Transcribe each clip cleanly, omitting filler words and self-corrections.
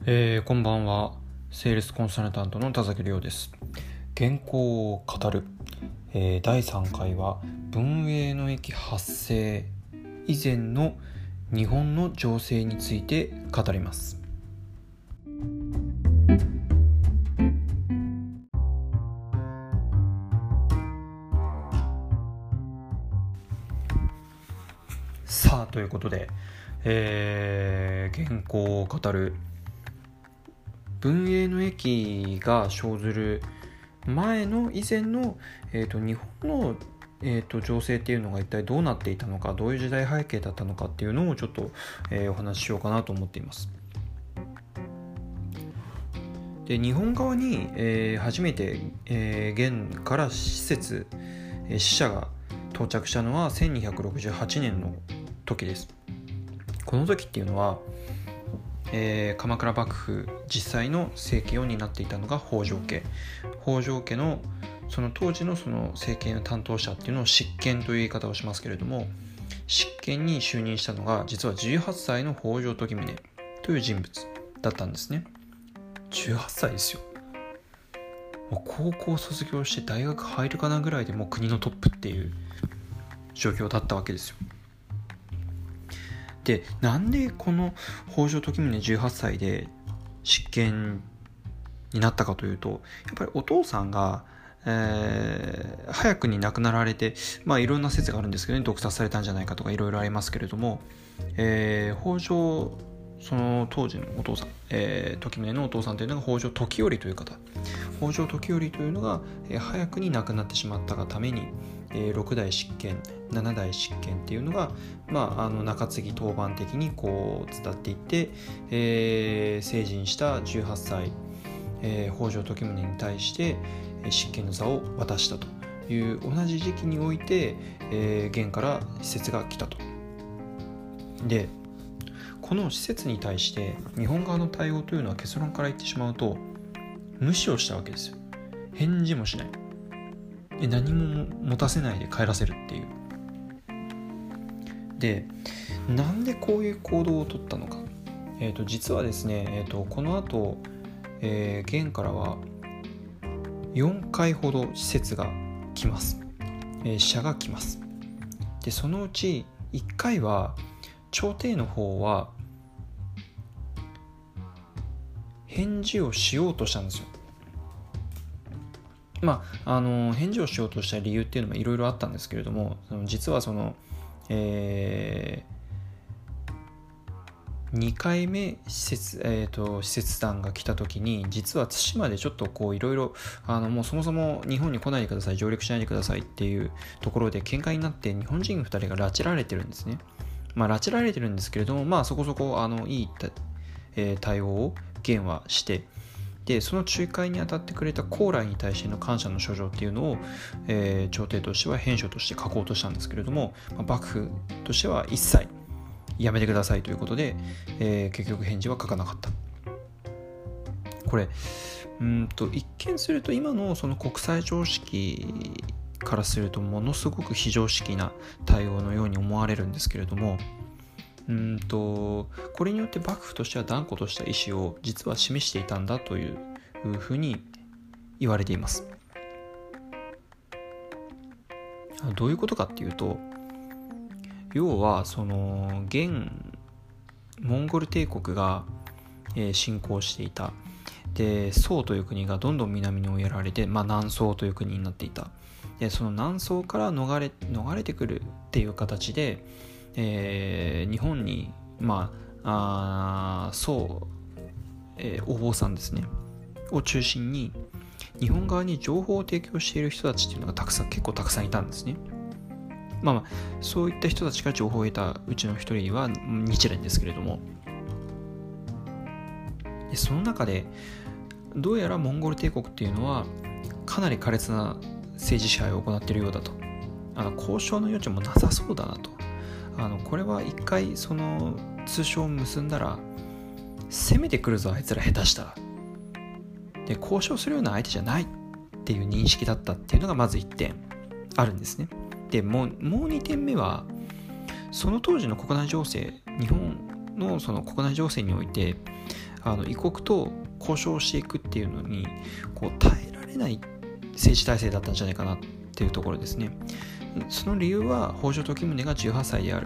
こんばんは。セールスコンサルタントの田崎亮です。原稿を語る、第3回は文永の役発生以前の日本の情勢について語ります。さあということで、原稿を語る文永の役が生ずる前の以前の、日本の、情勢っていうのが一体どうなっていたのか、どういう時代背景だったのかっていうのをちょっと、お話ししようかなと思っています。で、日本側に、初めて、元から使者が到着したのは1268年の時です。この時っていうのは鎌倉幕府実際の政権を担っていたのが北条家のその当時のその政権の担当者っていうのを執権という言い方をしますけれども、執権に就任したのが実は18歳の北条時宗という人物だったんですね。18歳ですよ。もう高校卒業して大学入るかなぐらいでもう国のトップっていう状況だったわけですよ。で、なんでこの北条時宗18歳で執権になったかというと、やっぱりお父さんが、早くに亡くなられて、いろんな説があるんですけどね、毒殺されたんじゃないかとかいろいろありますけれども、北条その当時のお父さん、時宗のお父さんというのが北条時頼という方。北条時頼というのが、早くに亡くなってしまったがために、6代執権7代執権っていうのが、中継ぎ当番的にこう伝っていって、成人した18歳、北条時宗に対して執権の座を渡したという同じ時期において、元から使節が来たと。で、この使節に対して日本側の対応というのは結論から言ってしまうと無視をしたわけですよ。返事もしない。何も持たせないで帰らせるっていう。で、なんでこういう行動を取ったのか。実はですね、この後、元からは4回ほど使節が来ます。使者が来ます。で、そのうち1回は朝廷の方は返事をしようとしたんですよ。返事をしようとした理由っていうのもいろいろあったんですけれども、実はその、2回目使節団が来た時に、実は対馬でちょっとこういろいろもうそもそも日本に来ないでください、上陸しないでくださいっていうところで喧嘩になって日本人2人が拉致られてるんですね。拉致られてるんですけれども、そこそこいい対応を元はして、でその仲介に当たってくれた高麗に対しての感謝の書状っていうのを、朝廷としては返書として書こうとしたんですけれども、幕府としては一切やめてくださいということで、結局返事は書かなかった。これ一見すると今のその国際常識からするとものすごく非常識な対応のように思われるんですけれども、これによって幕府としては断固とした意思を実は示していたんだというふうに言われています。どういうことかっていうと、要はそのモンゴル帝国が、侵攻していた。で、宋という国がどんどん南に追いやられて、南宋という国になっていた。で、その南宋から逃れてくるっていう形で、日本に宋、お坊さんですねを中心に日本側に情報を提供している人たちっていうのが結構たくさんいたんですね。そういった人たちが情報を得たうちの一人は日蓮ですけれども、でその中でどうやらモンゴル帝国っていうのはかなり苛烈な政治支配を行っているようだと。交渉の余地もなさそうだなと。これは一回その通商を結んだら攻めてくるぞ、あいつら下手したら。で、交渉するような相手じゃないっていう認識だったっていうのがまず1点あるんですね。で、もう2点目は、その当時の国内情勢、日本のその国内情勢において異国と交渉していくっていうのに耐えられない政治体制だったんじゃないかなっていうところですね。その理由は北条時宗が18歳である、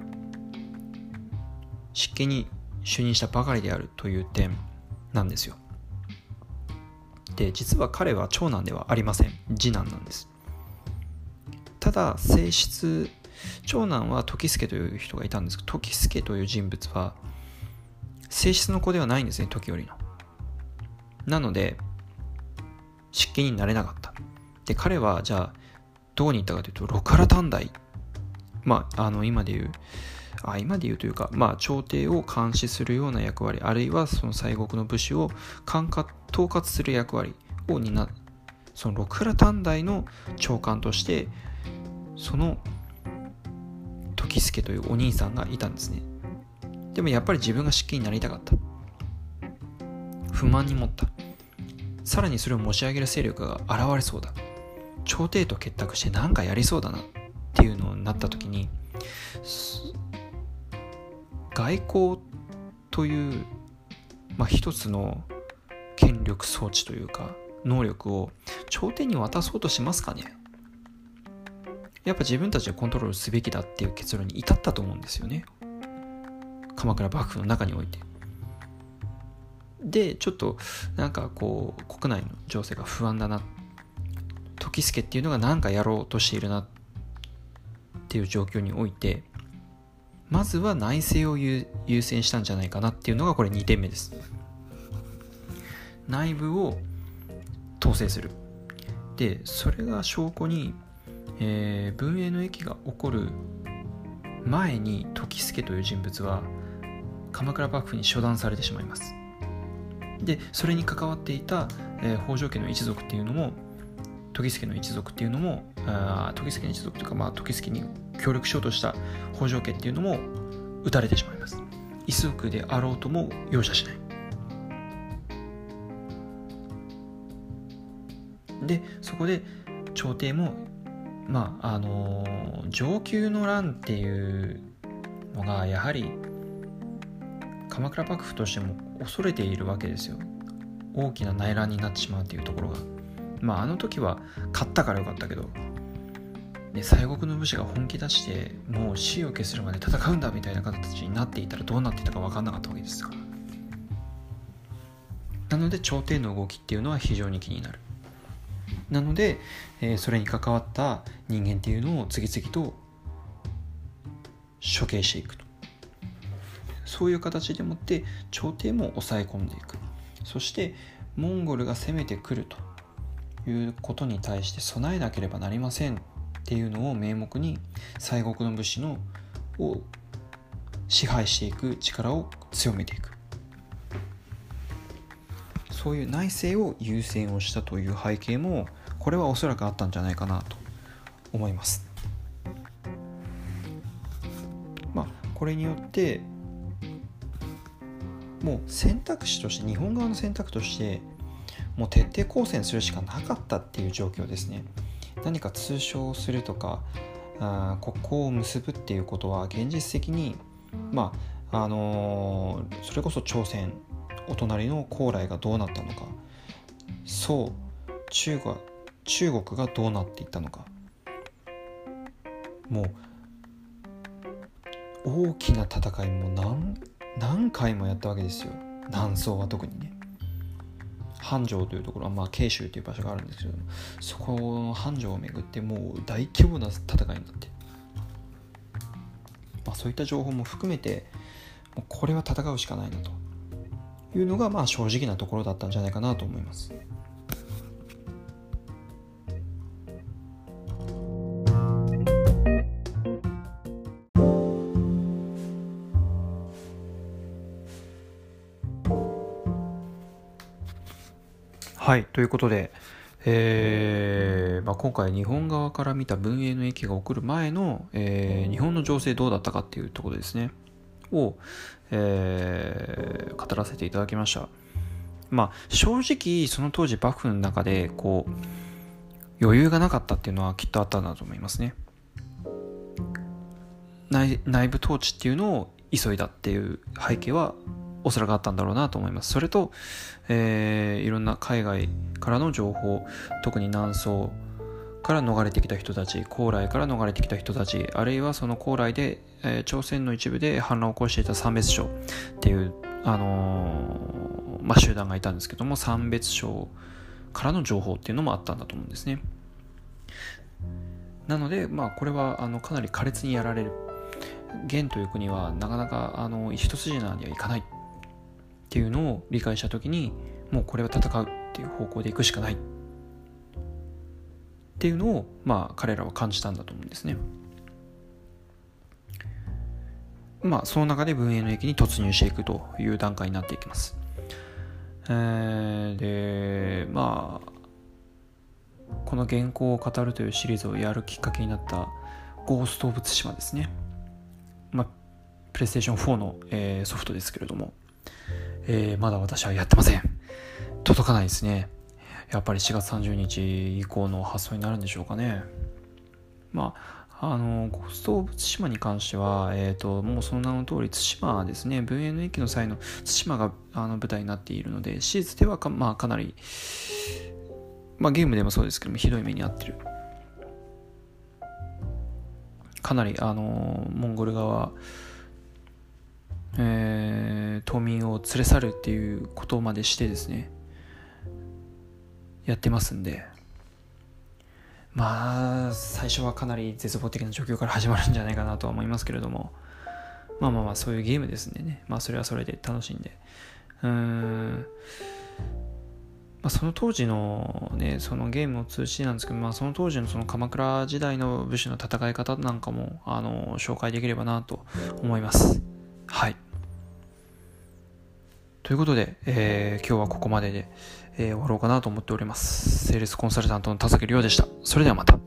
執権に就任したばかりであるという点なんですよ。で、実は彼は長男ではありません。次男なんです。ただ正室、長男は時助という人がいたんですけど、時助という人物は正室の子ではないんですね、時頼の。なので執権になれなかった。で、彼はじゃあどこに行ったかというと、六原短大、今で言うというか、朝廷を監視するような役割、あるいはその西国の武士を統括する役割を担う、その六原短大の長官として、その時助というお兄さんがいたんですね。でもやっぱり自分が執権になりたかった。不満に持った。さらにそれを持ち上げる勢力が現れそうだ。朝廷と結託して何かやりそうだなっていうのになった時に、外交という、一つの権力装置というか能力を朝廷に渡そうとしますかね。やっぱ自分たちでコントロールすべきだっていう結論に至ったと思うんですよね、鎌倉幕府の中において。で、ちょっと国内の情勢が不安だな、時助っていうのが何かやろうとしているなっていう状況において、まずは内政を優先したんじゃないかなっていうのがこれ2点目です。内部を統制する。で、それが証拠に、文永の役が起こる前に時助という人物は鎌倉幕府に処断されてしまいます。で、それに関わっていた、北条家の一族っていうのも、時助の一族っていうのも、時助の一族というか、時助に協力しようとした北条家っていうのも討たれてしまいます。一族であろうとも容赦しない。で、そこで朝廷も承久の乱っていうのがやはり鎌倉幕府としても恐れているわけですよ。大きな内乱になってしまうっていうところが、あの時は勝ったからよかったけど、で、西国の武士が本気出してもう死を消するまで戦うんだみたいな形になっていたらどうなっていたか分かんなかったわけですから。なので朝廷の動きっていうのは非常に気になる。なので、それに関わった人間っていうのを次々と処刑していくと、そういう形でもって朝廷も抑え込んでいく。そしてモンゴルが攻めてくるということに対して備えなければなりませんっていうのを名目に西国の武士を支配していく力を強めていく、そういう内政を優先をしたという背景もこれはおそらくあったんじゃないかなと思います。これによってもう選択肢として、日本側の選択としてもう徹底抗戦するしかなかったっていう状況ですね。何か通商するとか国交を結ぶっていうことは現実的にそれこそ朝鮮、お隣の高麗がどうなったのか、中国がどうなっていったのか、もう大きな戦いも何回もやったわけですよ。南宋は特にね、繁昌というところは慶州という場所があるんですけども、そこの繁昌をめぐってもう大規模な戦いになって、そういった情報も含めてもうこれは戦うしかないなというのが正直なところだったんじゃないかなと思います。はい、ということで、今回日本側から見た文永の役が起こる前の、日本の情勢どうだったかっていうところですねを、語らせていただきました。正直その当時幕府の中で余裕がなかったっていうのはきっとあったんだと思いますね。内部統治っていうのを急いだっていう背景はおそらくあったんだろうなと思います。それと、いろんな海外からの情報、特に南宋から逃れてきた人たち、高麗から逃れてきた人たち、あるいはその高麗で、朝鮮の一部で反乱を起こしていた三別省っていう、集団がいたんですけども、三別省からの情報っていうのもあったんだと思うんですね。なので、これはかなり苛烈にやられる。元という国はなかなか一筋縄にはいかないっていうのを理解したときに、もうこれは戦うっていう方向でいくしかないっていうのを彼らは感じたんだと思うんですね。その中で文永の役に突入していくという段階になっていきます。でこの原稿を語るというシリーズをやるきっかけになったゴースト・オブ・ツシマですね。プレイステーション4の、ソフトですけれども、まだ私はやってません。届かないですね。やっぱり4月30日以降の発送になるんでしょうかね。ゴースト・オブ・ツシマに関しては、もうその名の通り、対馬ですね、文永の役の際の対馬が舞台になっているので、史実ではかなり、ゲームでもそうですけども、ひどい目に遭ってる。かなり、モンゴル側、島民を連れ去るっていうことまでしてですね、やってますんで、最初はかなり絶望的な状況から始まるんじゃないかなとは思いますけれども、そういうゲームですんでね、それはそれで楽しんで、その当時のね、そのゲームを通じてなんですけど、その当時のその鎌倉時代の武士の戦い方なんかも紹介できればなと思います。はい。ということで、今日はここまでで、終わろうかなと思っております。セールスコンサルタントの田崎亮でした。それではまた。